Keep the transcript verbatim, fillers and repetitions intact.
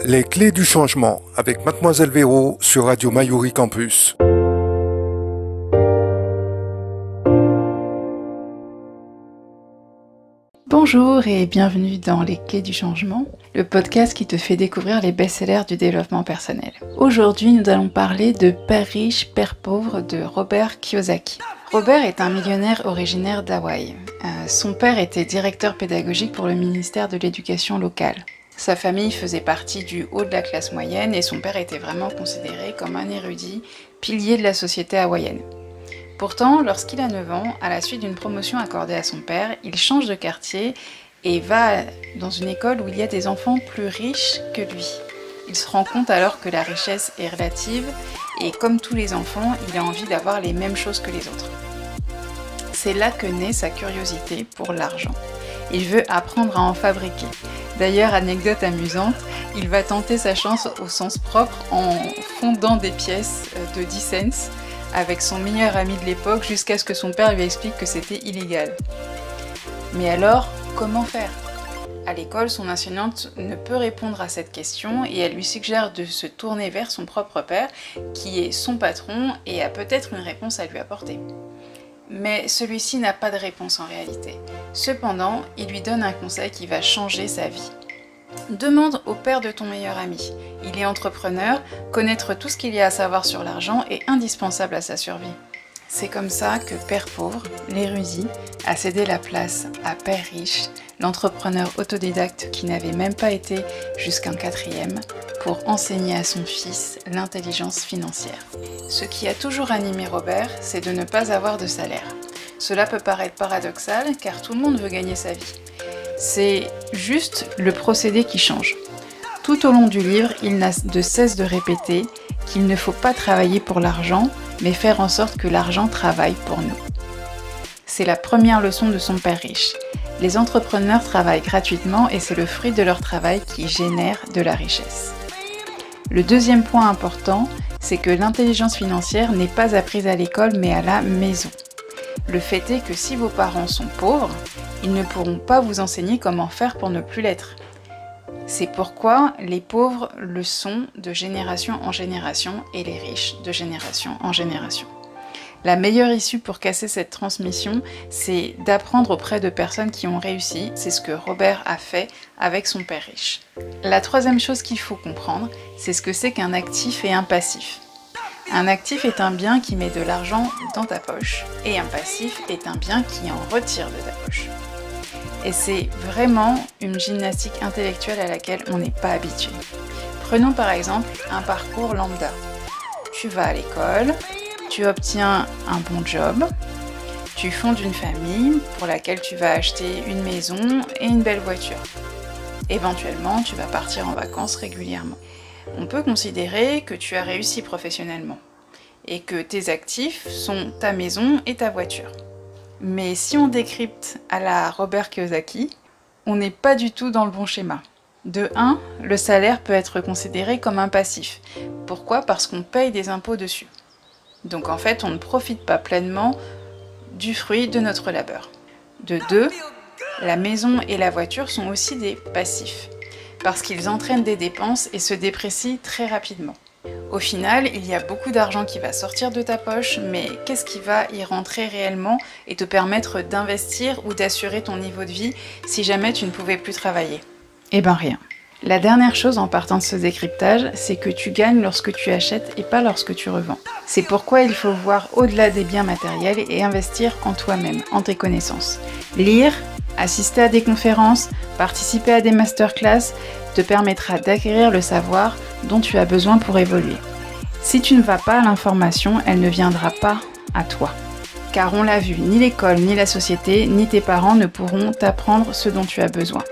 Les clés du changement avec Mademoiselle Véro sur Radio Mayuri Campus. Bonjour et bienvenue dans Les Clés du Changement, le podcast qui te fait découvrir les best-sellers du développement personnel. Aujourd'hui, nous allons parler de Père riche, Père pauvre de Robert Kiyosaki. Robert est un millionnaire originaire d'Hawaï. Euh, son père était directeur pédagogique pour le ministère de l'Éducation locale. Sa famille faisait partie du haut de la classe moyenne et son père était vraiment considéré comme un érudit, pilier de la société hawaïenne. Pourtant, lorsqu'il a neuf ans, à la suite d'une promotion accordée à son père, il change de quartier et va dans une école où il y a des enfants plus riches que lui. Il se rend compte alors que la richesse est relative et comme tous les enfants, il a envie d'avoir les mêmes choses que les autres. C'est là que naît sa curiosité pour l'argent. Il veut apprendre à en fabriquer. D'ailleurs, anecdote amusante, il va tenter sa chance au sens propre en fondant des pièces de dix cents avec son meilleur ami de l'époque jusqu'à ce que son père lui explique que c'était illégal. Mais alors, comment faire ? À l'école, son enseignante ne peut répondre à cette question et elle lui suggère de se tourner vers son propre père, qui est son patron et a peut-être une réponse à lui apporter. Mais celui-ci n'a pas de réponse en réalité. Cependant, il lui donne un conseil qui va changer sa vie. Demande au père de ton meilleur ami. Il est entrepreneur, connaître tout ce qu'il y a à savoir sur l'argent est indispensable à sa survie. C'est comme ça que Père pauvre, l'érudit, a cédé la place à Père riche, l'entrepreneur autodidacte qui n'avait même pas été jusqu'en quatrième, pour enseigner à son fils l'intelligence financière. Ce qui a toujours animé Robert, c'est de ne pas avoir de salaire. Cela peut paraître paradoxal car tout le monde veut gagner sa vie. C'est juste le procédé qui change. Tout au long du livre, il n'a de cesse de répéter qu'il ne faut pas travailler pour l'argent, mais faire en sorte que l'argent travaille pour nous. C'est la première leçon de son père riche. Les entrepreneurs travaillent gratuitement et c'est le fruit de leur travail qui génère de la richesse. Le deuxième point important, c'est que l'intelligence financière n'est pas apprise à l'école mais à la maison. Le fait est que si vos parents sont pauvres, ils ne pourront pas vous enseigner comment faire pour ne plus l'être. C'est pourquoi les pauvres le sont de génération en génération et les riches de génération en génération. La meilleure issue pour casser cette transmission, c'est d'apprendre auprès de personnes qui ont réussi. C'est ce que Robert a fait avec son père riche. La troisième chose qu'il faut comprendre, c'est ce que c'est qu'un actif et un passif. Un actif est un bien qui met de l'argent dans ta poche et un passif est un bien qui en retire de ta poche. Et c'est vraiment une gymnastique intellectuelle à laquelle on n'est pas habitué. Prenons par exemple un parcours lambda. Tu vas à l'école, tu obtiens un bon job, tu fondes une famille pour laquelle tu vas acheter une maison et une belle voiture. Éventuellement, tu vas partir en vacances régulièrement. On peut considérer que tu as réussi professionnellement et que tes actifs sont ta maison et ta voiture. Mais si on décrypte à la Robert Kiyosaki, on n'est pas du tout dans le bon schéma. De un, le salaire peut être considéré comme un passif. Pourquoi ? Parce qu'on paye des impôts dessus. Donc en fait, on ne profite pas pleinement du fruit de notre labeur. De deux, la maison et la voiture sont aussi des passifs, parce qu'ils entraînent des dépenses et se déprécient très rapidement. Au final, il y a beaucoup d'argent qui va sortir de ta poche, mais qu'est-ce qui va y rentrer réellement et te permettre d'investir ou d'assurer ton niveau de vie si jamais tu ne pouvais plus travailler ? Eh ben rien. La dernière chose en partant de ce décryptage, c'est que tu gagnes lorsque tu achètes et pas lorsque tu revends. C'est pourquoi il faut voir au-delà des biens matériels et investir en toi-même, en tes connaissances. Lire, assister à des conférences, participer à des masterclass te permettra d'acquérir le savoir dont tu as besoin pour évoluer. Si tu ne vas pas à l'information, elle ne viendra pas à toi. Car on l'a vu, ni l'école, ni la société, ni tes parents ne pourront t'apprendre ce dont tu as besoin.